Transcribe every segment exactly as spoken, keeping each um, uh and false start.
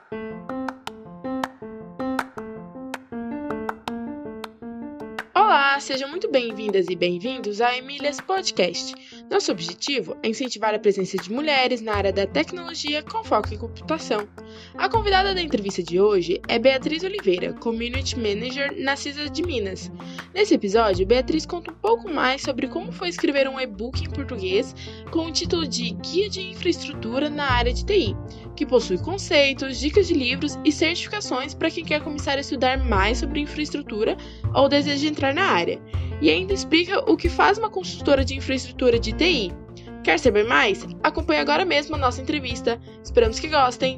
Olá, sejam muito bem-vindas e bem-vindos ao Emílias Podcast. Nosso objetivo é incentivar a presença de mulheres na área da tecnologia com foco em computação. A convidada da entrevista de hoje é Beatriz Oliveira, Community Manager na CISA de Minas. Nesse episódio, Beatriz conta um pouco mais sobre como foi escrever um e-book em português com o título de Guia de Infraestrutura na área de T I, que possui conceitos, dicas de livros e certificações para quem quer começar a estudar mais sobre infraestrutura ou deseja entrar na área. E ainda explica o que faz uma consultora de infraestrutura de T I. Quer saber mais? Acompanhe agora mesmo a nossa entrevista. Esperamos que gostem!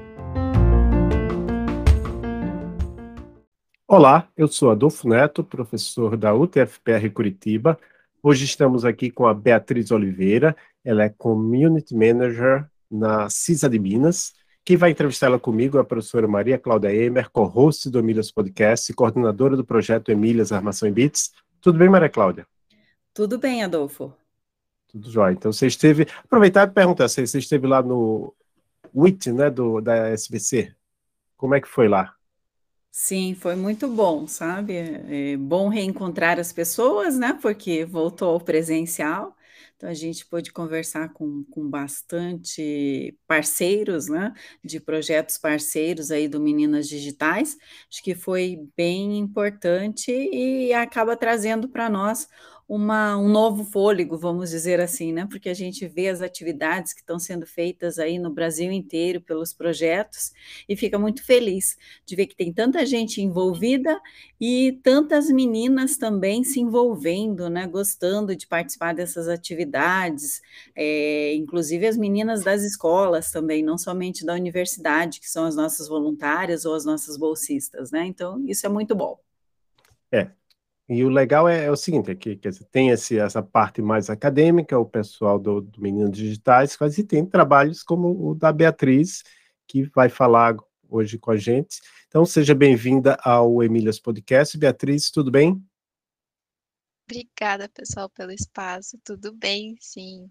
Olá, eu sou Adolfo Neto, professor da U T F P R Curitiba. Hoje estamos aqui com a Beatriz Oliveira, ela é Community Manager na CISA de Minas. Quem vai entrevistar ela comigo é a professora Maria Cláudia Emer, co-host do Emílias Podcast e coordenadora do projeto Emílias Armação em Bits. Tudo bem, Maria Cláudia? Tudo bem, Adolfo. Tudo jóia. Então, você esteve... Aproveitar e perguntar, você esteve lá no W I T, né, do, da S B C? Como é que foi lá? Sim, foi muito bom, sabe? É bom reencontrar as pessoas, né? Porque voltou ao presencial. Então, a gente pôde conversar com, com bastante parceiros, né? De projetos parceiros aí do Meninas Digitais. Acho que foi bem importante e acaba trazendo para nós uma, um novo fôlego, vamos dizer assim, né? Porque a gente vê as atividades que estão sendo feitas aí no Brasil inteiro pelos projetos e fica muito feliz de ver que tem tanta gente envolvida e tantas meninas também se envolvendo, né? Gostando de participar dessas atividades, é, inclusive as meninas das escolas também, não somente da universidade, que são as nossas voluntárias ou as nossas bolsistas, né? Então, isso é muito bom. É. E o legal é, é o seguinte, é que quer dizer, tem esse, essa parte mais acadêmica, o pessoal do, do Meninas Digitais faz, e tem trabalhos como o da Beatriz, que vai falar hoje com a gente. Então, seja bem-vinda ao Emílias Podcast. Beatriz, tudo bem? Obrigada, pessoal, pelo espaço. Tudo bem, sim.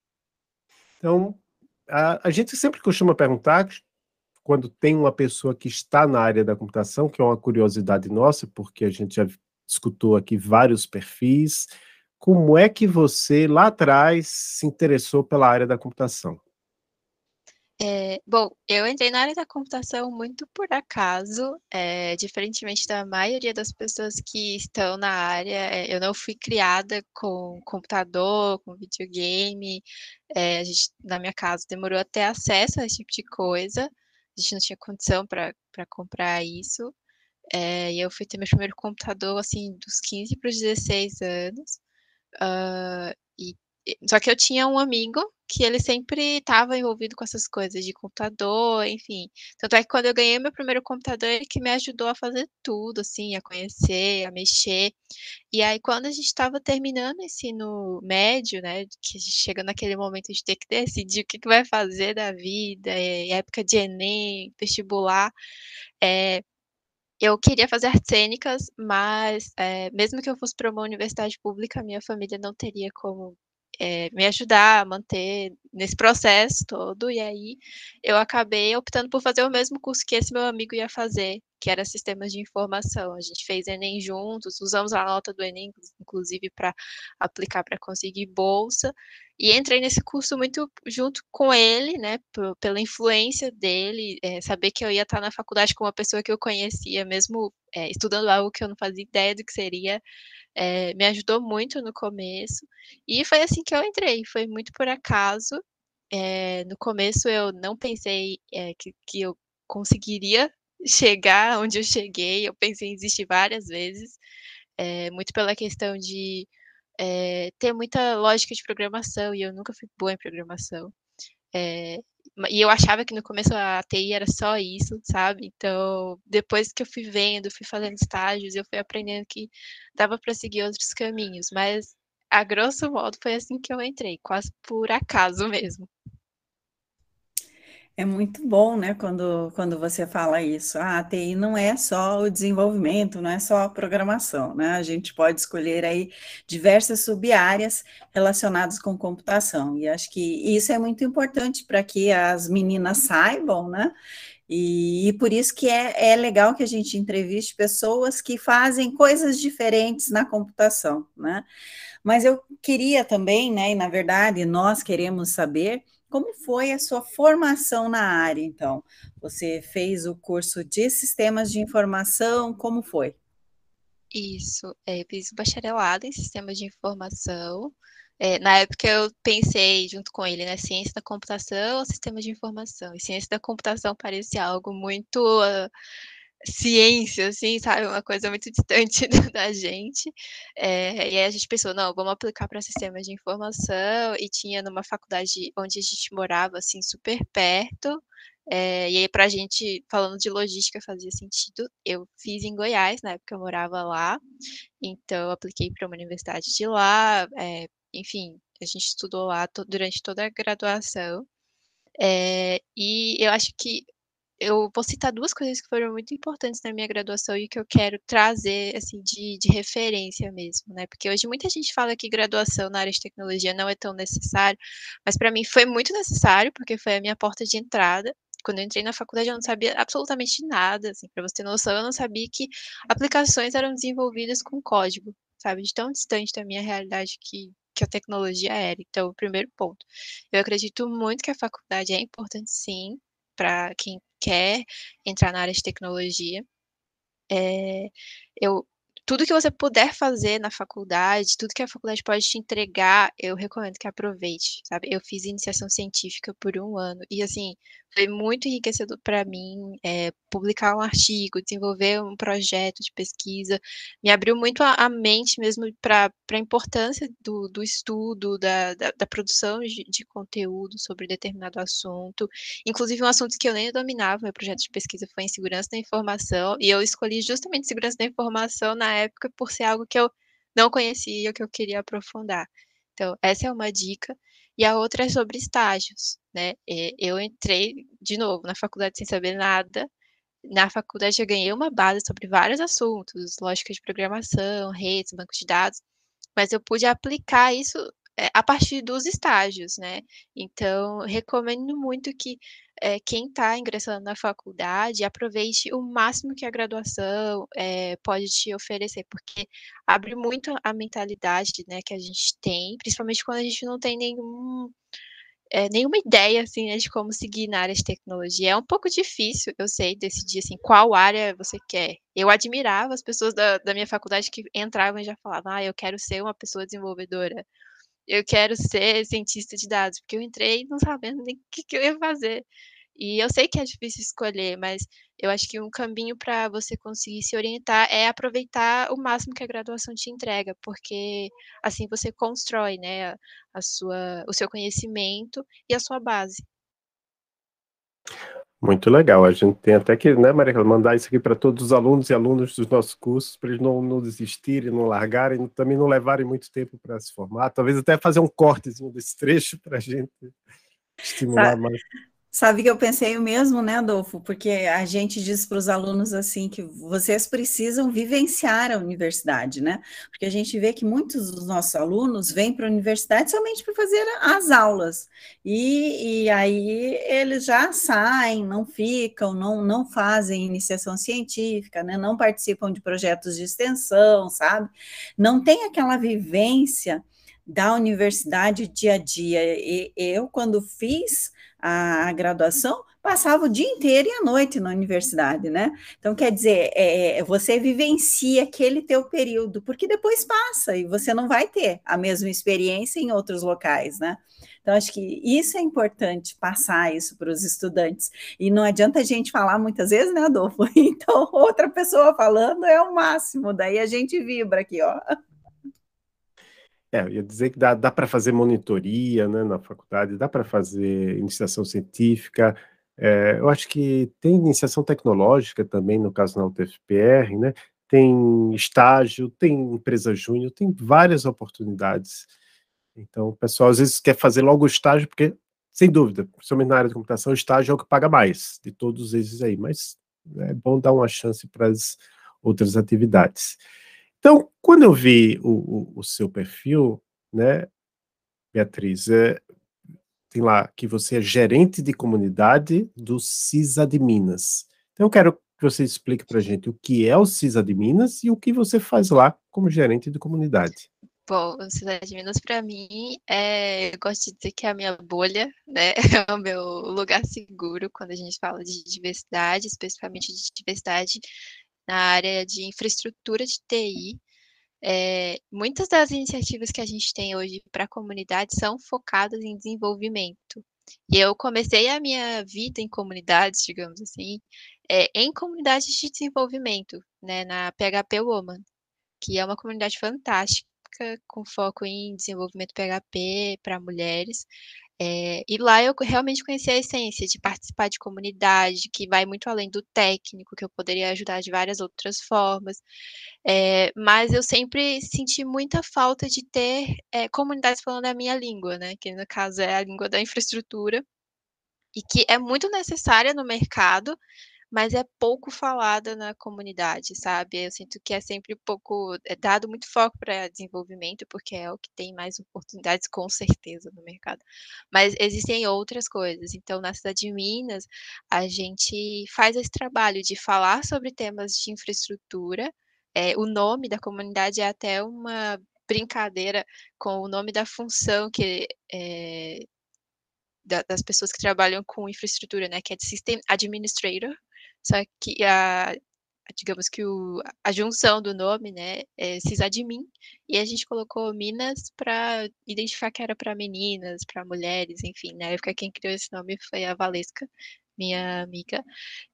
Então, a, a gente sempre costuma perguntar, quando tem uma pessoa que está na área da computação, que é uma curiosidade nossa, porque a gente já escutou aqui vários perfis, como é que você, lá atrás, se interessou pela área da computação? É, bom, eu entrei na área da computação muito por acaso, é, diferentemente da maioria das pessoas que estão na área, é, eu não fui criada com computador, com videogame, é, a gente, na minha casa, demorou a ter acesso a esse tipo de coisa, a gente não tinha condição para para comprar isso, é, e eu fui ter meu primeiro computador, assim, dos quinze para os dezesseis anos, ah, e, e- só que eu tinha um amigo que ele sempre estava envolvido com essas coisas de computador, enfim. Tanto é que quando eu ganhei meu primeiro computador, ele que me ajudou a fazer tudo, assim, a conhecer, a mexer. E aí, quando a gente estava terminando o ensino médio, né, que a gente chega naquele momento de ter que decidir o que que vai fazer da vida, é, época de Enem, vestibular, é, eu queria fazer artes cênicas, mas, eh, mesmo que eu fosse para uma universidade pública, minha família não teria como, eh, me ajudar a manter nesse processo todo, e aí eu acabei optando por fazer o mesmo curso que esse meu amigo ia fazer, que era sistemas de informação. A gente fez Enem juntos, usamos a nota do Enem, inclusive, para aplicar para conseguir bolsa, e entrei nesse curso muito junto com ele, né, po pela influência dele, eh, saber que eu ia estar na faculdade com uma pessoa que eu conhecia, mesmo, eh, estudando algo que eu não fazia ideia do que seria, eh, me ajudou muito no começo. E foi assim que eu entrei, foi muito por acaso. Eh, no começo eu não pensei, eh, que que eu conseguiria chegar onde eu cheguei, eu pensei em desistir várias vezes, eh, muito pela questão de eh, ter muita lógica de programação, e eu nunca fui boa em programação. Eh, ma e eu achava que no começo a T I era só isso, sabe. Então, depois que eu fui vendo, fui fazendo estágios, eu fui aprendendo que dava para seguir outros caminhos, mas, a grosso modo, foi assim que eu entrei, quase por acaso mesmo. É muito bom, né, quando, quando você fala isso. Ah, a T I não é só o desenvolvimento, não é só a programação, né? A gente pode escolher aí diversas sub-áreas relacionadas com computação. E acho que isso é muito importante para que as meninas saibam, né? E, e por isso que é, é legal que a gente entreviste pessoas que fazem coisas diferentes na computação, né? Mas eu queria também, né, e na verdade nós queremos saber como foi a sua formação na área, então. Você fez o curso de sistemas de informação, como foi? Isso, é, eu fiz o bacharelado em sistemas de informação. É, na época eu pensei junto com ele, né, ciência da computação ou sistemas de informação. E ciência da computação parecia algo muito ah, ciência, assim, sabe? Uma coisa muito distante da gente. É, e aí a gente pensou, não, vamos aplicar para sistemas de informação. E tinha numa faculdade onde a gente morava, assim, super perto. É, e aí, para a gente, falando de logística, fazia sentido. Eu fiz em Goiás, na época eu morava lá. Então, eu apliquei para uma universidade de lá. É, enfim, a gente estudou lá to- durante toda a graduação. É, e eu acho que eu vou citar duas coisas que foram muito importantes na minha graduação e que eu quero trazer, assim, de de referência mesmo, né, porque hoje muita gente fala que graduação na área de tecnologia não é tão necessário, mas para mim foi muito necessário, porque foi a minha porta de entrada. Quando eu entrei na faculdade eu não sabia absolutamente nada, assim, para você ter noção, eu não sabia que aplicações eram desenvolvidas com código, sabe, de tão distante da minha realidade que que a tecnologia era. Então, o primeiro ponto, eu acredito muito que a faculdade é importante sim, para quem quer entrar na área de tecnologia. Eh, eu tudo que você puder fazer na faculdade, tudo que a faculdade pode te entregar, eu recomendo que aproveite, sabe. Eu fiz iniciação científica por um ano e, assim, foi muito enriquecedor para mim, eh, publicar um artigo, desenvolver um projeto de pesquisa, me abriu muito a a mente mesmo para pra importância do do estudo, da da da produção de de conteúdo sobre determinado assunto. Inclusive um assunto que eu nem dominava, meu projeto de pesquisa foi em segurança da informação, e eu escolhi justamente segurança da informação na época por ser algo que eu não conhecia, que eu queria aprofundar. Então, essa é uma dica. E a outra é sobre estágios, né. Eh, eu entrei, de novo, na faculdade sem saber nada. Na faculdade eu ganhei uma base sobre vários assuntos, lógica de programação, redes, banco de dados, mas eu pude aplicar isso, eh, a partir dos estágios, né. Então, recomendo muito que, eh, quem está ingressando na faculdade aproveite o máximo que a graduação, eh, pode te oferecer, porque abre muito a mentalidade, né, que a gente tem, principalmente quando a gente não tem nenhum eh, nenhuma ideia, assim, né, de como seguir na área de tecnologia. É um pouco difícil, eu sei, decidir, assim, qual área você quer. Eu admirava as pessoas da da minha faculdade que entravam e já falavam: "Ah, eu quero ser uma pessoa desenvolvedora, eu quero ser cientista de dados", porque eu entrei não sabendo nem o que que eu ia fazer. E eu sei que é difícil escolher, mas eu acho que um caminho para você conseguir se orientar é aproveitar o máximo que a graduação te entrega, porque assim você constrói, né, a a sua o seu conhecimento e a sua base. Muito legal. A gente tem até que, né, Maria, mandar isso aqui para todos os alunos e alunas dos nossos cursos, para eles não, não desistirem, não largarem, também não levarem muito tempo para se formar. Talvez até fazer um cortezinho desse trecho para a gente estimular mais. Sabe que eu pensei o mesmo, né, Adolfo? Porque a gente diz para os alunos assim que vocês precisam vivenciar a universidade, né? Porque a gente vê que muitos dos nossos alunos vêm para a universidade somente para fazer as aulas. E, e aí eles já saem, não ficam, não, não fazem iniciação científica, né? Não participam de projetos de extensão, sabe? Não tem aquela vivência da universidade dia a dia. E eu, quando fiz a, a graduação, passava o dia inteiro e a noite na universidade, né? Então, quer dizer, é, é, você vivencia aquele teu período, porque depois passa e você não vai ter a mesma experiência em outros locais, né? Então, acho que isso é importante, passar isso para os estudantes. E não adianta a gente falar muitas vezes, né, Adolfo? Então, outra pessoa falando é o máximo, daí a gente vibra aqui, ó. É, eu ia dizer que dá, dá para fazer monitoria, né, na faculdade, dá para fazer iniciação científica. É, eu acho que tem iniciação tecnológica também, no caso na U T F P R, né? Tem estágio, tem empresa júnior, tem várias oportunidades. Então, o pessoal às vezes quer fazer logo o estágio, porque, sem dúvida, principalmente na área de computação, o estágio é o que paga mais de todos esses aí, mas é bom dar uma chance para as outras atividades. Então, quando eu vi o, o, o seu perfil, né, Beatriz, é, tem lá que você é gerente de comunidade do CISA de Minas. Então, eu quero que você explique para a gente o que é o CISA de Minas e o que você faz lá como gerente de comunidade. Bom, o Cidade de Minas, para mim, é, eu gosto de dizer que é a minha bolha, né? É o meu lugar seguro quando a gente fala de diversidade, especificamente de diversidade na área de infraestrutura de T I. É, muitas das iniciativas que a gente tem hoje para a comunidade são focadas em desenvolvimento. E eu comecei a minha vida em comunidades, digamos assim, é, em comunidades de desenvolvimento, né, na P H P Woman, que é uma comunidade fantástica, com foco em desenvolvimento P H P para mulheres. É, e lá eu realmente conheci a essência de participar de comunidade, que vai muito além do técnico, que eu poderia ajudar de várias outras formas. É, mas eu sempre senti muita falta de ter é, comunidades falando a minha língua, né? Que no caso é a língua da infraestrutura, e que é muito necessária no mercado, mas é pouco falada na comunidade, sabe? Eu sinto que é sempre pouco, é dado muito foco para desenvolvimento, porque é o que tem mais oportunidades, com certeza, no mercado. Mas existem outras coisas. Então, na cidade de Minas, a gente faz esse trabalho de falar sobre temas de infraestrutura. É, o nome da comunidade é até uma brincadeira com o nome da função que é, da, das pessoas que trabalham com infraestrutura, né, que é de System Administrator, só que a, digamos que o, a junção do nome, né, é sysadmin, e a gente colocou Minas para identificar que era para meninas, para mulheres, enfim, na época quem criou esse nome foi a Valesca, minha amiga,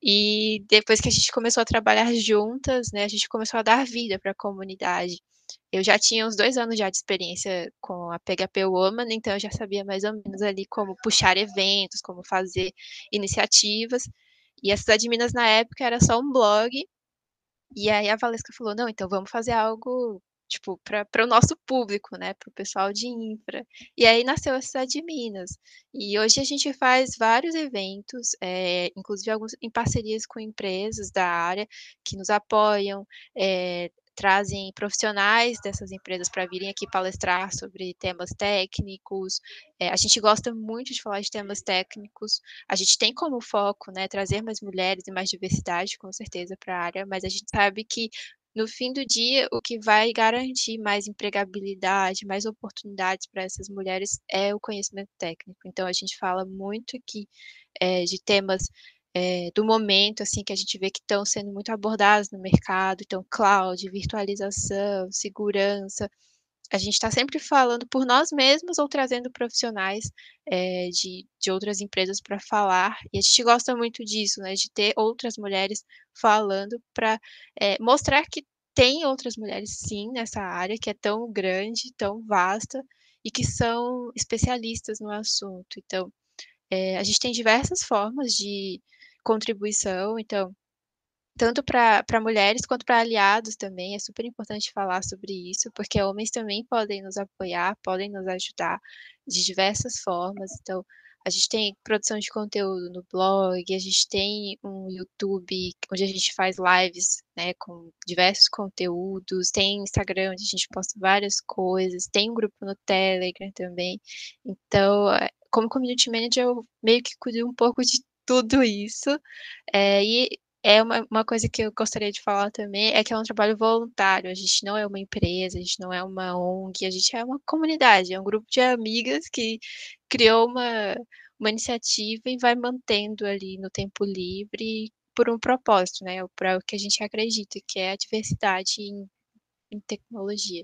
e depois que a gente começou a trabalhar juntas, né, a gente começou a dar vida para a comunidade. Eu já tinha uns dois anos já de experiência com a P H P Woman, então eu já sabia mais ou menos ali como puxar eventos, como fazer iniciativas. E a Cidade de Minas, na época, era só um blog. E aí a Valesca falou, não, então vamos fazer algo, tipo, para o nosso público, né, para o pessoal de infra. E aí nasceu a Cidade de Minas. E hoje a gente faz vários eventos, é, inclusive alguns em parcerias com empresas da área que nos apoiam, é, trazem profissionais dessas empresas para virem aqui palestrar sobre temas técnicos. É, a gente gosta muito de falar de temas técnicos. A gente tem como foco, né, trazer mais mulheres e mais diversidade, com certeza, para a área, mas a gente sabe que no fim do dia, o que vai garantir mais empregabilidade, mais oportunidades para essas mulheres é o conhecimento técnico. Então, a gente fala muito aqui é, de temas é, do momento, assim, que a gente vê que estão sendo muito abordados no mercado. Então, cloud, virtualização, segurança. A gente está sempre falando por nós mesmos ou trazendo profissionais é, de, de outras empresas para falar. E a gente gosta muito disso, né? De ter outras mulheres falando para é, mostrar que tem outras mulheres, sim, nessa área, que é tão grande, tão vasta, e que são especialistas no assunto. Então, é, a gente tem diversas formas de contribuição. Então, tanto para mulheres quanto para aliados também, é super importante falar sobre isso, porque homens também podem nos apoiar, podem nos ajudar de diversas formas. Então, a gente tem produção de conteúdo no blog, a gente tem um YouTube onde a gente faz lives, né, com diversos conteúdos, tem Instagram onde a gente posta várias coisas, tem um grupo no Telegram também. Então, é, como community manager, eu meio que cuido um pouco de tudo isso. É, e é uma, uma coisa que eu gostaria de falar também, é que é um trabalho voluntário, a gente não é uma empresa, a gente não é uma O N G, a gente é uma comunidade, é um grupo de amigas que criou uma, uma iniciativa e vai mantendo ali no tempo livre por um propósito, né, para o que a gente acredita, que é a diversidade em, em tecnologia.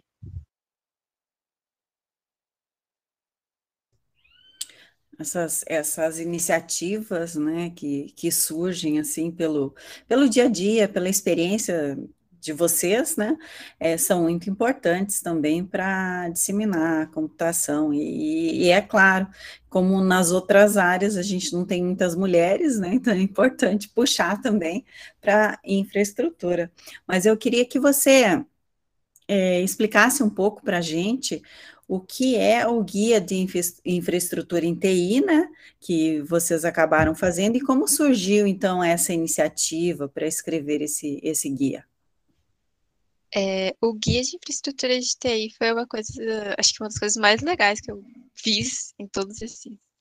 Essas, essas iniciativas, né, que, que surgem assim pelo, pelo dia a dia, pela experiência de vocês, né, é, são muito importantes também para disseminar a computação. E, e é claro, como nas outras áreas a gente não tem muitas mulheres, né, então é importante puxar também para infraestrutura. Mas eu queria que você é, explicasse um pouco para a gente o que é o guia de infra infraestrutura em T I, né, que vocês acabaram fazendo, e como surgiu, então, essa iniciativa para escrever esse, esse guia. É, o guia de infraestrutura de T I foi uma coisa, acho que uma das coisas mais legais que eu fiz em todos esses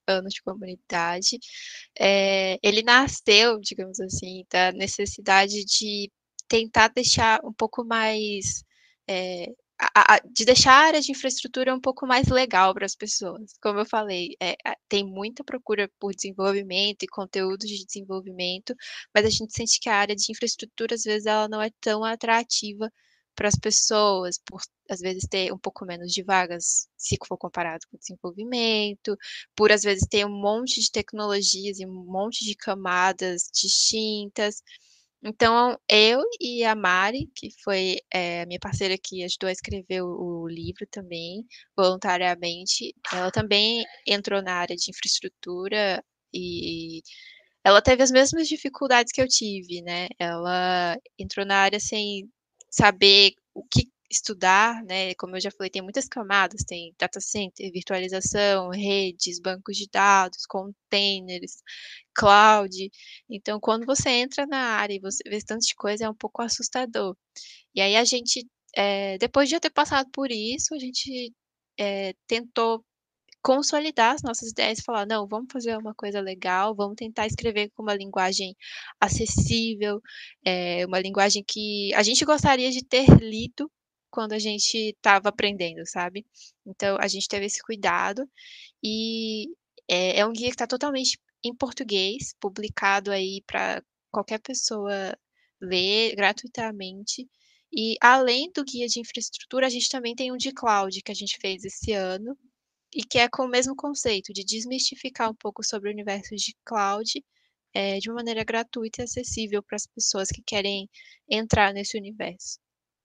anos de comunidade. É, ele nasceu, digamos assim, da necessidade de tentar deixar um pouco mais... É, a, a, de deixar a área de infraestrutura um pouco mais legal para as pessoas. Como eu falei, é, tem muita procura por desenvolvimento e conteúdos de desenvolvimento, mas a gente sente que a área de infraestrutura, às vezes, ela não é tão atrativa para as pessoas, por às vezes ter um pouco menos de vagas, se for comparado com o desenvolvimento, por às vezes ter um monte de tecnologias e um monte de camadas distintas. Então, eu e a Mari, que foi é, a minha parceira que ajudou a escrever o, o livro também, voluntariamente, ela também entrou na área de infraestrutura e ela teve as mesmas dificuldades que eu tive, né? Ela entrou na área sem saber o que estudar, né? Como eu já falei, tem muitas camadas, tem data center, virtualização, redes, bancos de dados, containers, cloud. Então, quando você entra na área e você vê tanto de coisa, é um pouco assustador. E aí a gente, é, depois de eu ter passado por isso, a gente é, tentou consolidar as nossas ideias e falar, não, vamos fazer uma coisa legal, vamos tentar escrever com uma linguagem acessível, é, uma linguagem que a gente gostaria de ter lido quando a gente estava aprendendo, sabe? Então, a gente teve esse cuidado e é, é um guia que está totalmente em português, publicado aí para qualquer pessoa ler gratuitamente. E além do guia de infraestrutura, a gente também tem um de cloud que a gente fez esse ano, e que é com o mesmo conceito de desmistificar um pouco sobre o universo de cloud, é, de uma maneira gratuita e acessível para as pessoas que querem entrar nesse universo.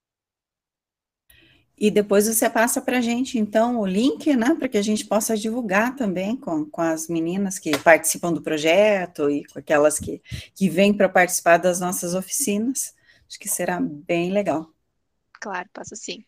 E depois você passa para a gente, então, o link, né, para que a gente possa divulgar também com, com as meninas que participam do projeto e com aquelas que, que vêm para participar das nossas oficinas. Acho que será bem legal. Claro, passo sim.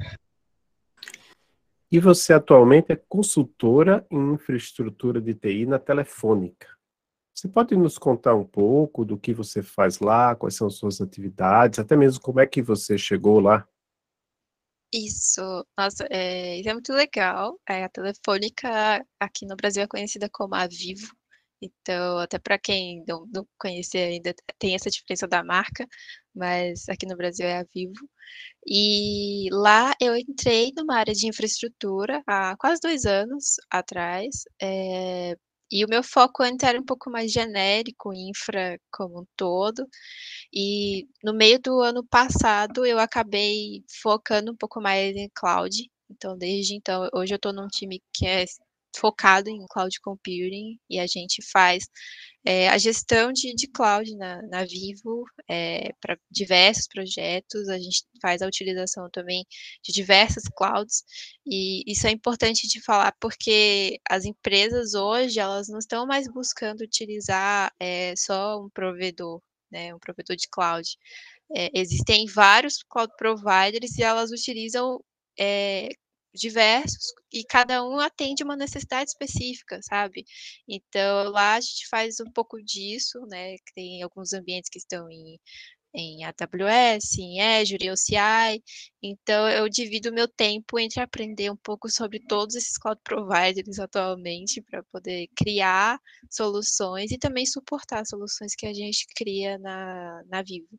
E você atualmente é consultora em infraestrutura de T I na Telefônica. Você pode nos contar um pouco do que você faz lá, quais são as suas atividades, até mesmo como é que você chegou lá? Isso, nossa, é, isso é muito legal. É, a Telefônica aqui no Brasil é conhecida como a Vivo. Então, até para quem não, não conhecer ainda, tem essa diferença da marca, mas aqui no Brasil é a Vivo. E lá eu entrei numa área de infraestrutura há quase dois anos atrás. É, e o meu foco antes era um pouco mais genérico, infra como um todo. E no meio do ano passado eu acabei focando um pouco mais em cloud. Então, desde então, hoje eu estou num time que é focado em cloud computing e a gente faz é, a gestão de, de cloud na, na Vivo é, para diversos projetos. A gente faz a utilização também de diversas clouds e isso é importante de falar porque as empresas hoje elas não estão mais buscando utilizar é, só um provedor, né, um provedor de cloud. É, existem vários cloud providers e elas utilizam é, diversos e cada um atende uma necessidade específica, sabe? Então lá a gente faz um pouco disso, né? Tem alguns ambientes que estão em, em A W S, em Azure, em O C I. Então eu divido o meu tempo entre aprender um pouco sobre todos esses cloud providers atualmente para poder criar soluções e também suportar soluções que a gente cria na, na Vivo.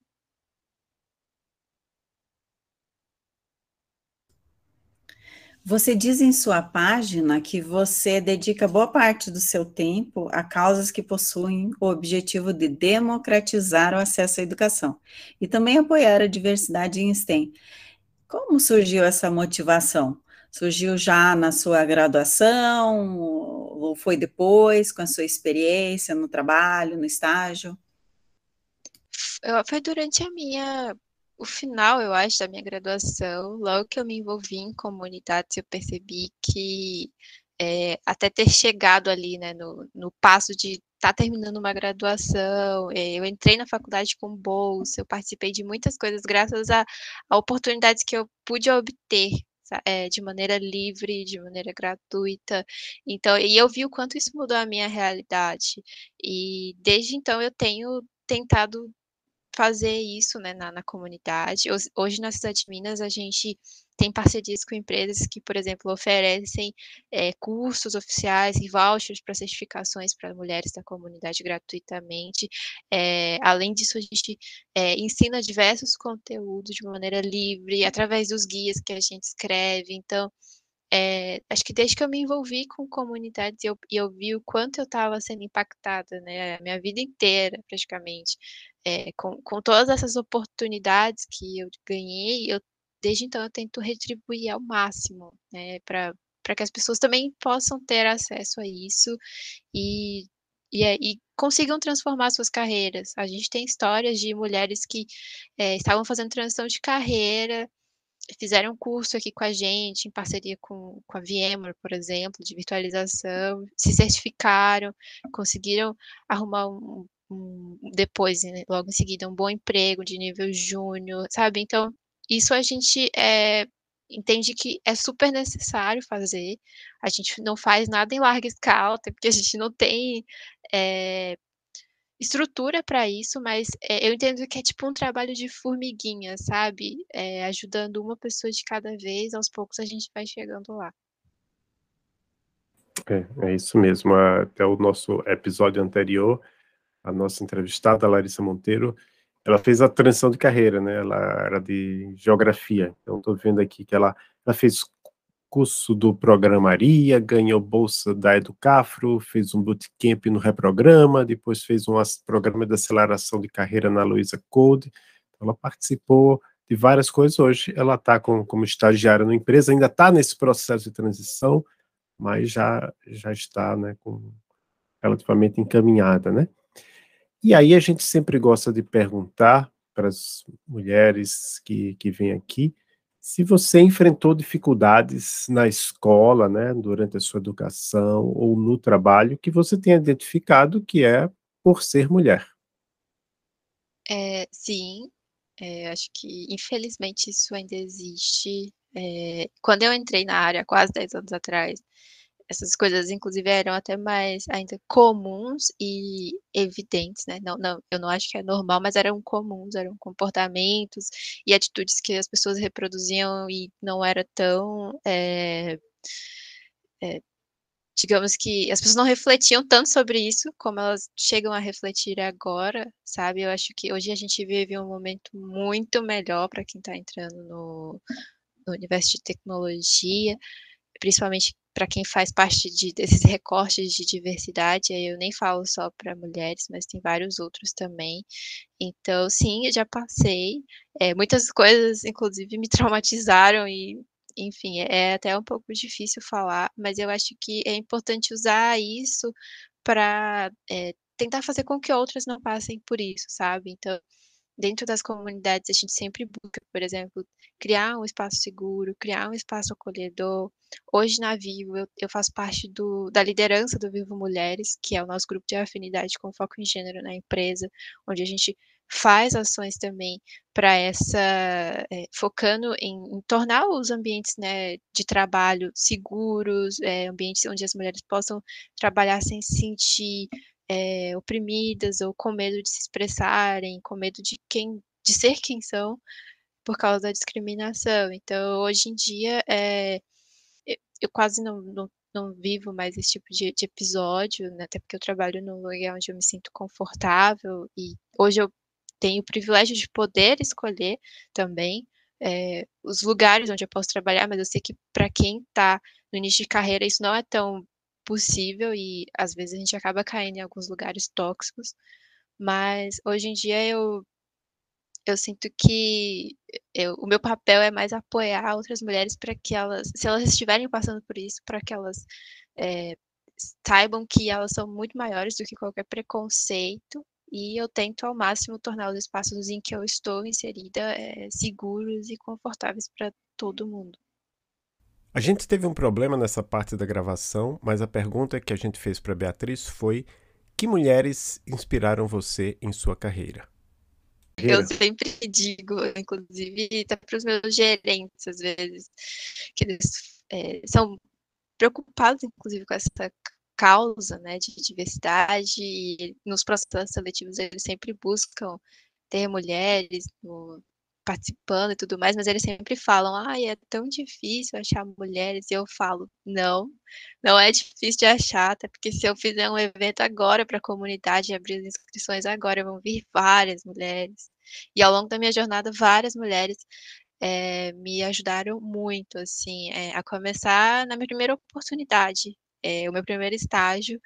Você diz em sua página que você dedica boa parte do seu tempo a causas que possuem o objetivo de democratizar o acesso à educação e também apoiar a diversidade em STEM. Como surgiu essa motivação? Surgiu já na sua graduação ou foi depois, com a sua experiência no trabalho, no estágio? Eu- Foi durante a minha, o final, eu acho, da minha graduação, logo que eu me envolvi em comunidades, eu percebi que é, até ter chegado ali, né, no, no passo de estar terminando uma graduação, é, eu entrei na faculdade com bolsa, eu participei de muitas coisas graças a, a oportunidades que eu pude obter, sa- é, de maneira livre, de maneira gratuita. Então, e eu vi o quanto isso mudou a minha realidade. E desde então eu tenho tentado fazer isso, né, na, na comunidade. Hoje, hoje na Cidade de Minas a gente tem parcerias com empresas que, por exemplo, oferecem é, cursos oficiais e vouchers para certificações para mulheres da comunidade gratuitamente. É, além disso, a gente é, ensina diversos conteúdos de maneira livre, através dos guias que a gente escreve. Então, é, acho que desde que eu me envolvi com comunidades e eu, e eu vi o quanto eu estava sendo impactada, né, a minha vida inteira, praticamente, é, com, com todas essas oportunidades que eu ganhei, eu, desde então eu tento retribuir ao máximo, né, para para que as pessoas também possam ter acesso a isso e, e, é- e consigam transformar suas carreiras. A gente tem histórias de mulheres que é, estavam fazendo transição de carreira, fizeram um curso aqui com a gente, em parceria com, com a VMware, por exemplo, de virtualização, se certificaram, conseguiram arrumar um, um depois, né, logo em seguida, um bom emprego de nível júnior, sabe? Então, isso a gente é, entende que é super necessário fazer. A gente não faz nada em larga escala, até porque a gente não tem é, estrutura para isso, mas é, eu entendo que é tipo um trabalho de formiguinha, sabe? É, ajudando uma pessoa de cada vez, aos poucos a gente vai chegando lá. É, é isso mesmo. Até o nosso episódio anterior, a nossa entrevistada, Larissa Monteiro, ela fez a transição de carreira, né? Ela era de geografia. Então, estou vendo aqui que ela, ela fez curso do Programaria, ganhou bolsa da Educafro, fez um bootcamp no Reprograma, depois fez um programa de aceleração de carreira na Luiza Code. Então, ela participou de várias coisas. Hoje ela está com, como estagiária na empresa, ainda está nesse processo de transição, mas já, já está, né, com, relativamente encaminhada, né? E aí a gente sempre gosta de perguntar para as mulheres que, que vêm aqui se você enfrentou dificuldades na escola, né, durante a sua educação ou no trabalho que você tenha identificado que é por ser mulher. É, sim, é, acho que infelizmente isso ainda existe. É, quando eu entrei na área, quase dez anos atrás, essas coisas, inclusive, eram até mais ainda comuns e evidentes, né? Não, não, eu não acho que é normal, mas eram comuns, eram comportamentos e atitudes que as pessoas reproduziam e não era tão, é, é, digamos que as pessoas não refletiam tanto sobre isso como elas chegam a refletir agora, sabe? Eu acho que hoje a gente vive um momento muito melhor para quem está entrando no, no universo de tecnologia, principalmente para quem faz parte de, desses recortes de diversidade, aí eu nem falo só para mulheres, mas tem vários outros também. Então, sim, eu já passei. É, muitas coisas, inclusive, me traumatizaram e, enfim, é até um pouco difícil falar, mas eu acho que é importante usar isso para é, tentar fazer com que outras não passem por isso, sabe? Então, dentro das comunidades, a gente sempre busca, por exemplo, criar um espaço seguro, criar um espaço acolhedor. Hoje, na Vivo, eu, eu faço parte do, da liderança do Vivo Mulheres, que é o nosso grupo de afinidade com foco em gênero na empresa, onde a gente faz ações também para essa, é, focando em, em tornar os ambientes, né, de trabalho seguros, é, ambientes onde as mulheres possam trabalhar sem se sentir é, oprimidas ou com medo de se expressarem, com medo de quem, de ser quem são por causa da discriminação. Então, hoje em dia, é, eu, eu quase não, não, não vivo mais esse tipo de, de episódio, né? Até porque eu trabalho num lugar onde eu me sinto confortável e hoje eu tenho o privilégio de poder escolher também é, os lugares onde eu posso trabalhar, mas eu sei que para quem está no início de carreira isso não é tão possível e às vezes a gente acaba caindo em alguns lugares tóxicos, mas hoje em dia eu, eu sinto que eu, o meu papel é mais apoiar outras mulheres para que elas, se elas estiverem passando por isso, para que elas é, saibam que elas são muito maiores do que qualquer preconceito e eu tento ao máximo tornar os espaços em que eu estou inserida é, seguros e confortáveis para todo mundo. A gente teve um problema nessa parte da gravação, mas a pergunta que a gente fez para Beatriz foi: que mulheres inspiraram você em sua carreira? Eu sempre digo, inclusive, até para os meus gerentes, às vezes, que eles é, são preocupados, inclusive, com essa causa, né, de diversidade, e nos processos seletivos eles sempre buscam ter mulheres no, participando e tudo mais, mas eles sempre falam, ai, é tão difícil achar mulheres, e eu falo, não, não é difícil de achar, até porque se eu fizer um evento agora para a comunidade, abrir as inscrições agora, vão vir várias mulheres, e ao longo da minha jornada, várias mulheres é, me ajudaram muito, assim, é, a começar na minha primeira oportunidade, é, o meu primeiro estágio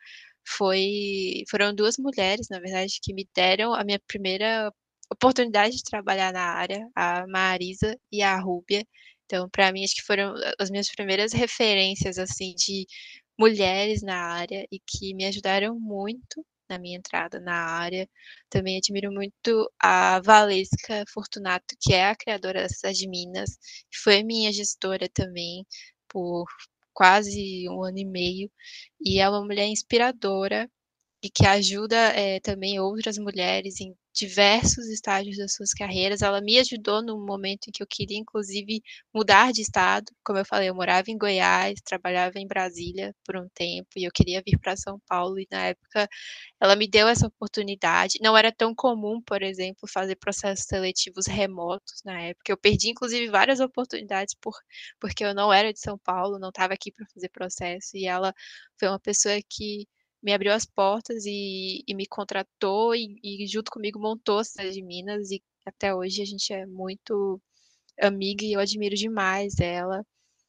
foi, foram duas mulheres, na verdade, que me deram a minha primeira oportunidade de trabalhar na área, a Marisa e a Rúbia. Então, para mim, acho que foram as minhas primeiras referências, assim, de mulheres na área e que me ajudaram muito na minha entrada na área. Também admiro muito a Valesca Fortunato, que é a criadora da Cidade de Minas, que foi minha gestora também por quase um ano e meio, e é uma mulher inspiradora e que ajuda é, também outras mulheres em diversos estágios das suas carreiras. Ela me ajudou no momento em que eu queria, inclusive, mudar de estado. Como eu falei, eu morava em Goiás, trabalhava em Brasília por um tempo, e eu queria vir para São Paulo, e na época ela me deu essa oportunidade. Não era tão comum, por exemplo, fazer processos seletivos remotos na época. Eu perdi, inclusive, várias oportunidades por, porque eu não era de São Paulo, não estava aqui para fazer processo, e ela foi uma pessoa que me abriu as portas e, e me contratou e, e junto comigo montou a Cidade de Minas, e até hoje a gente é muito amiga e eu admiro demais ela.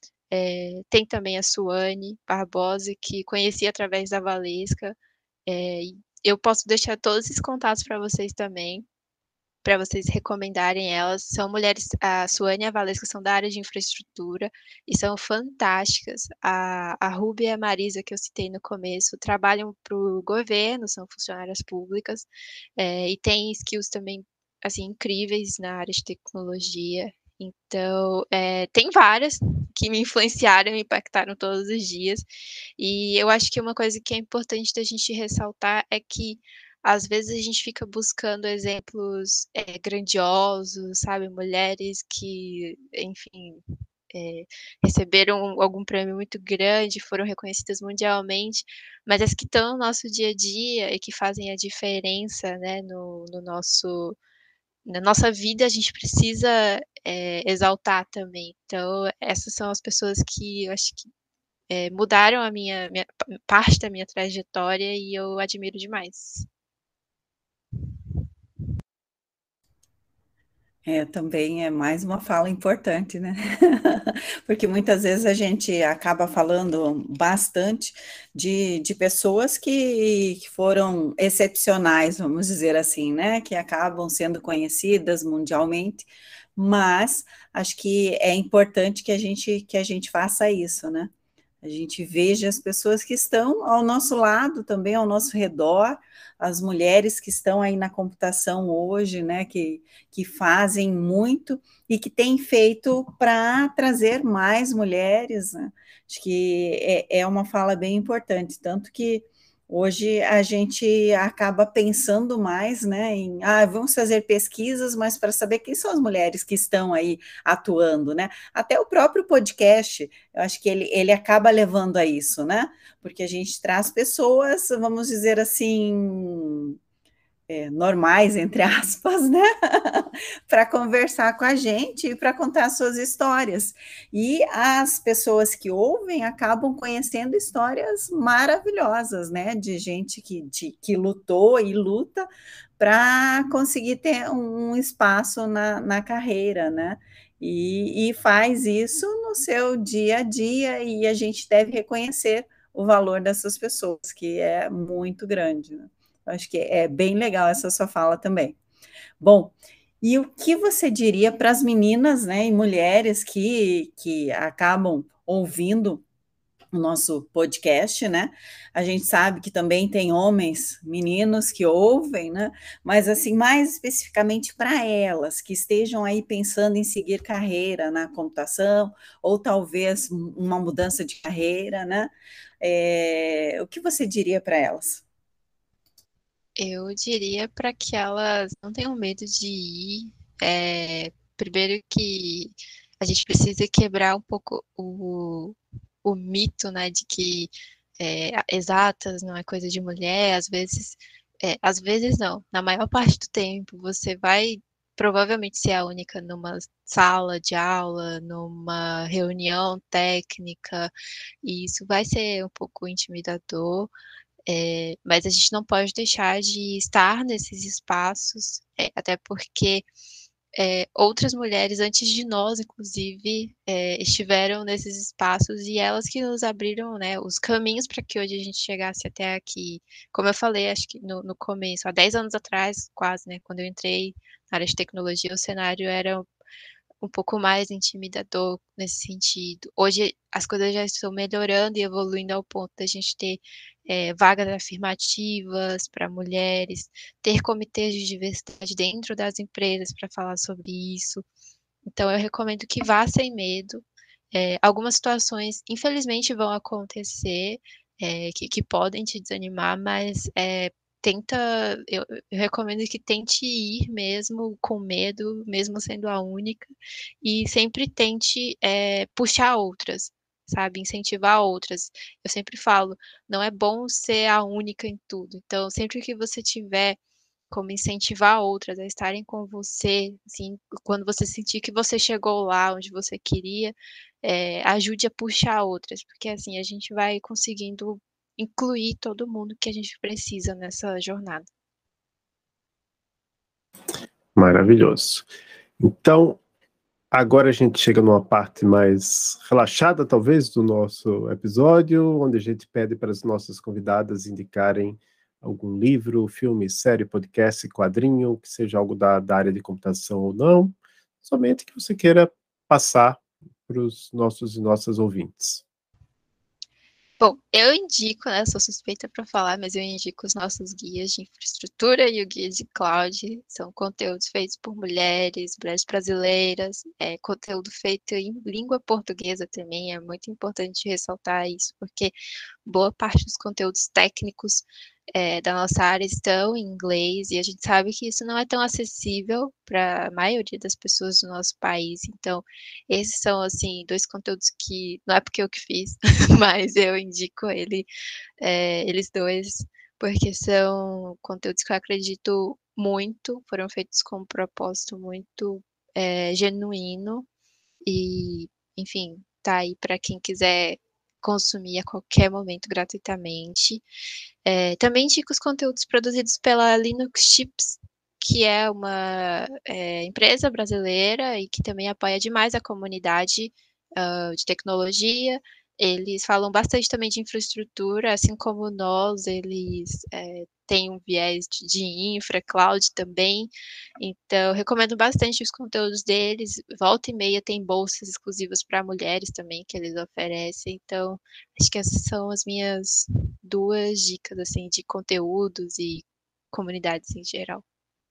É, tem também a Suane Barbosa, que conheci através da Valesca. É, eu posso deixar todos esses contatos para vocês também, para vocês recomendarem elas. São mulheres, a Suane e a Valesca são da área de infraestrutura e são fantásticas. A, a Rúbia e a Marisa, que eu citei no começo, trabalham para o governo, são funcionárias públicas, é, e têm skills também assim incríveis na área de tecnologia. Então, é, tem várias que me influenciaram e me impactaram todos os dias. E eu acho que uma coisa que é importante da gente ressaltar é que às vezes a gente fica buscando exemplos é, grandiosos, sabe? Mulheres que, enfim, é, receberam algum prêmio muito grande, foram reconhecidas mundialmente, mas as que estão no nosso dia a dia e que fazem a diferença, né, no, no nosso, na nossa vida, a gente precisa é, exaltar também. Então, essas são as pessoas que eu acho que é, mudaram a minha, minha parte da minha trajetória e eu admiro demais. É, também é mais uma fala importante, né? Porque muitas vezes a gente acaba falando bastante de, de pessoas que, que foram excepcionais, vamos dizer assim, né? Que acabam sendo conhecidas mundialmente, mas acho que é importante que a gente, que a gente faça isso, né? A gente veja as pessoas que estão ao nosso lado, também ao nosso redor, as mulheres que estão aí na computação hoje, né, que, que fazem muito e que têm feito para trazer mais mulheres, né? Acho que é, é uma fala bem importante, tanto que hoje a gente acaba pensando mais, né, em, ah, vamos fazer pesquisas, mas para saber quem são as mulheres que estão aí atuando, né? Até o próprio podcast, eu acho que ele, ele acaba levando a isso, né? Porque a gente traz pessoas, vamos dizer assim, é, normais, entre aspas, né? Para conversar com a gente e para contar suas histórias. E as pessoas que ouvem acabam conhecendo histórias maravilhosas, né? De gente que, de, que lutou e luta para conseguir ter um espaço na, na carreira, né? E, e faz isso no seu dia a dia, e a gente deve reconhecer o valor dessas pessoas, que é muito grande, né? Acho que é bem legal essa sua fala também. Bom, e o que você diria para as meninas, né, e mulheres que, que acabam ouvindo o nosso podcast, né? A gente sabe que também tem homens, meninos que ouvem, né? Mas assim, mais especificamente para elas que estejam aí pensando em seguir carreira na computação ou talvez uma mudança de carreira, né? É, o que você diria para elas? Eu diria para que elas não tenham medo de ir. É, primeiro que a gente precisa quebrar um pouco o, o mito, né, de que é, exatas não é coisa de mulher. Às vezes É, às vezes não, na maior parte do tempo você vai provavelmente ser a única numa sala de aula, numa reunião técnica, e isso vai ser um pouco intimidador, é, mas a gente não pode deixar de estar nesses espaços, é, até porque é, outras mulheres antes de nós, inclusive, é, estiveram nesses espaços e elas que nos abriram, né, os caminhos para que hoje a gente chegasse até aqui. Como eu falei, acho que no, no começo, há dez anos atrás, quase, né, quando eu entrei na área de tecnologia, o cenário era um pouco mais intimidador nesse sentido. Hoje as coisas já estão melhorando e evoluindo ao ponto da gente ter é, vagas afirmativas para mulheres, ter comitês de diversidade dentro das empresas para falar sobre isso. Então eu recomendo que vá sem medo. É, algumas situações, infelizmente, vão acontecer, é, que, que podem te desanimar, mas é, tenta, eu, eu recomendo que tente ir mesmo com medo, mesmo sendo a única, e sempre tente é, puxar outras, sabe? Incentivar outras. Eu sempre falo, não é bom ser a única em tudo. Então, sempre que você tiver como incentivar outras a estarem com você, assim, quando você sentir que você chegou lá onde você queria, é, ajude a puxar outras, porque assim a gente vai conseguindo incluir todo mundo que a gente precisa nessa jornada. Maravilhoso. Então, agora a gente chega numa parte mais relaxada, talvez, do nosso episódio, onde a gente pede para as nossas convidadas indicarem algum livro, filme, série, podcast, quadrinho, que seja algo da, da área de computação ou não, somente que você queira passar para os nossos e nossas ouvintes. Bom, eu indico, né, sou suspeita para falar, mas eu indico os nossos guias de infraestrutura e o guia de cloud. São conteúdos feitos por mulheres, mulheres brasileiras, é, conteúdo feito em língua portuguesa também. É muito importante ressaltar isso, porque boa parte dos conteúdos técnicos é, da nossa área estão em inglês e a gente sabe que isso não é tão acessível para a maioria das pessoas do nosso país. Então, esses são, assim, dois conteúdos que, não é porque eu que fiz, mas eu indico ele, é, eles dois, porque são conteúdos que eu acredito muito, foram feitos com um propósito muito é, genuíno e, enfim, tá aí para quem quiser consumir a qualquer momento gratuitamente. É, também indico os conteúdos produzidos pela Linux Chips, que é uma é, empresa brasileira e que também apoia demais a comunidade uh, de tecnologia. Eles falam bastante também de infraestrutura, assim como nós, eles é, têm um viés de, de infra, cloud também. Então, eu recomendo bastante os conteúdos deles. Volta e meia tem bolsas exclusivas para mulheres também que eles oferecem. Então, acho que essas são as minhas duas dicas assim de conteúdos e comunidades em geral.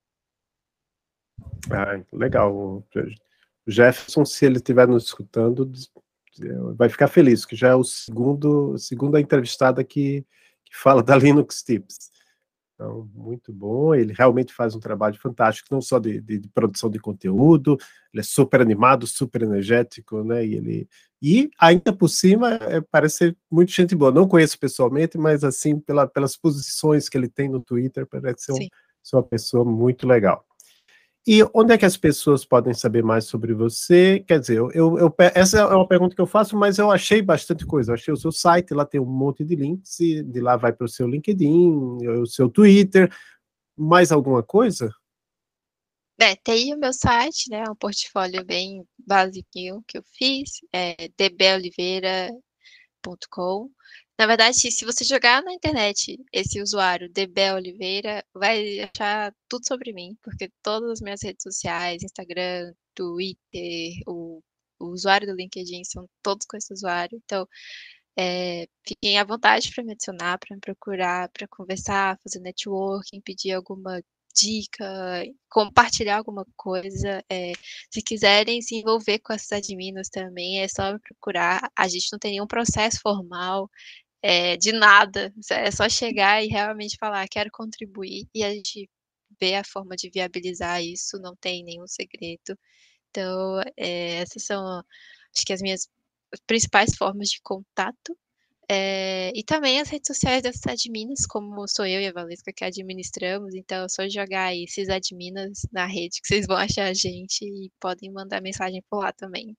Ah, legal. O Jefferson, se ele estiver nos escutando, vai ficar feliz, que já é o segundo, segunda entrevistada que, que fala da Linux Tips. Então, muito bom. Ele realmente faz um trabalho fantástico, não só de, de, de produção de conteúdo, ele é super animado, super energético, né? E, ele, e ainda por cima, é, parece ser muito gente boa. Não conheço pessoalmente, mas assim, pela, pelas posições que ele tem no Twitter, parece ser, um, ser uma pessoa muito legal. E onde é que as pessoas podem saber mais sobre você? Quer dizer, eu, eu, eu, essa é uma pergunta que eu faço, mas eu achei bastante coisa. Eu achei o seu site, lá tem um monte de links, e de lá vai para o seu LinkedIn, o seu Twitter. Mais alguma coisa? É, tem o meu site, né? Um portfólio bem basiquinho que eu fiz, é d b oliveira ponto com. Na verdade, se você jogar na internet esse usuário D B Oliveira, vai achar tudo sobre mim, porque todas as minhas redes sociais, Instagram, Twitter, o, o usuário do LinkedIn são todos com esse usuário. Então, é, fiquem à vontade para me adicionar, para me procurar, para conversar, fazer networking, pedir alguma dica, compartilhar alguma coisa. É, se quiserem se envolver com as adminas também, é só me procurar. A gente não tem nenhum processo formal, é, de nada. É só chegar e realmente falar, quero contribuir, e a gente vê a forma de viabilizar isso, não tem nenhum segredo. Então, é, essas são, acho que as minhas principais formas de contato. É, e também as redes sociais da Cisadminas, como sou eu e a Valesca que administramos, então é só jogar aí Cisadminas na rede que vocês vão achar a gente e podem mandar mensagem por lá também.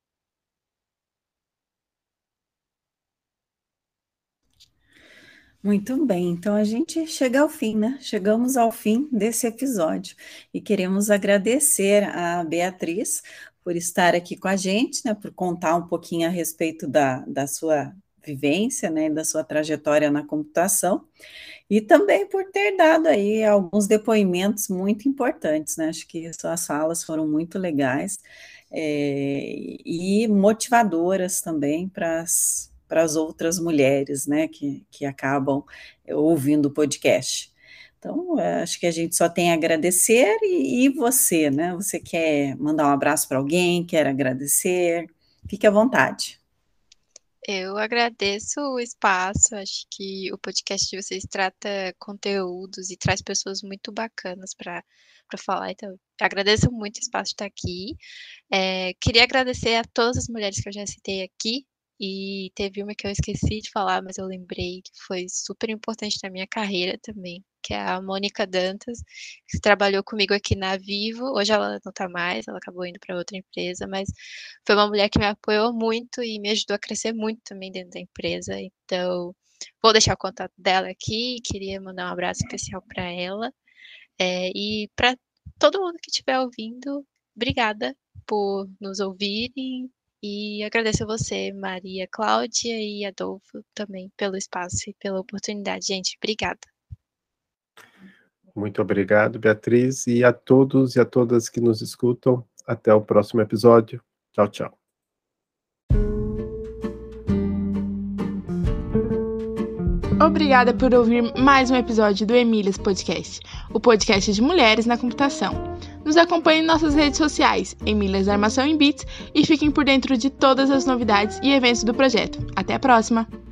Muito bem, então a gente chega ao fim, né? Chegamos ao fim desse episódio e queremos agradecer a Beatriz por estar aqui com a gente, né? Por contar um pouquinho a respeito da, da sua vivência, né? Da sua trajetória na computação e também por ter dado aí alguns depoimentos muito importantes, né? Acho que suas falas foram muito legais é, e motivadoras também para as para as outras mulheres, né, que, que acabam ouvindo o podcast. Então, acho que a gente só tem a agradecer e, e você, né, você quer mandar um abraço para alguém, quer agradecer, fique à vontade. Eu agradeço o espaço, acho que o podcast de vocês trata conteúdos e traz pessoas muito bacanas para para falar, então agradeço muito o espaço de estar aqui. É, queria agradecer a todas as mulheres que eu já citei aqui, e teve uma que eu esqueci de falar, mas eu lembrei que foi super importante na minha carreira também, que é a Mônica Dantas, que trabalhou comigo aqui na Vivo. Hoje ela não está mais, ela acabou indo para outra empresa, mas foi uma mulher que me apoiou muito e me ajudou a crescer muito também dentro da empresa. Então, vou deixar o contato dela aqui, queria mandar um abraço especial para ela. É, e para todo mundo que estiver ouvindo, obrigada por nos ouvirem. E agradeço a você, Maria Cláudia e Adolfo, também pelo espaço e pela oportunidade. Gente, obrigada. Muito obrigado, Beatriz, e a todos e a todas que nos escutam. Até o próximo episódio. Tchau, tchau. Obrigada por ouvir mais um episódio do Emílias Podcast, o podcast de mulheres na computação. Nos acompanhem em nossas redes sociais, Emílias Armação em Bits, e fiquem por dentro de todas as novidades e eventos do projeto. Até a próxima!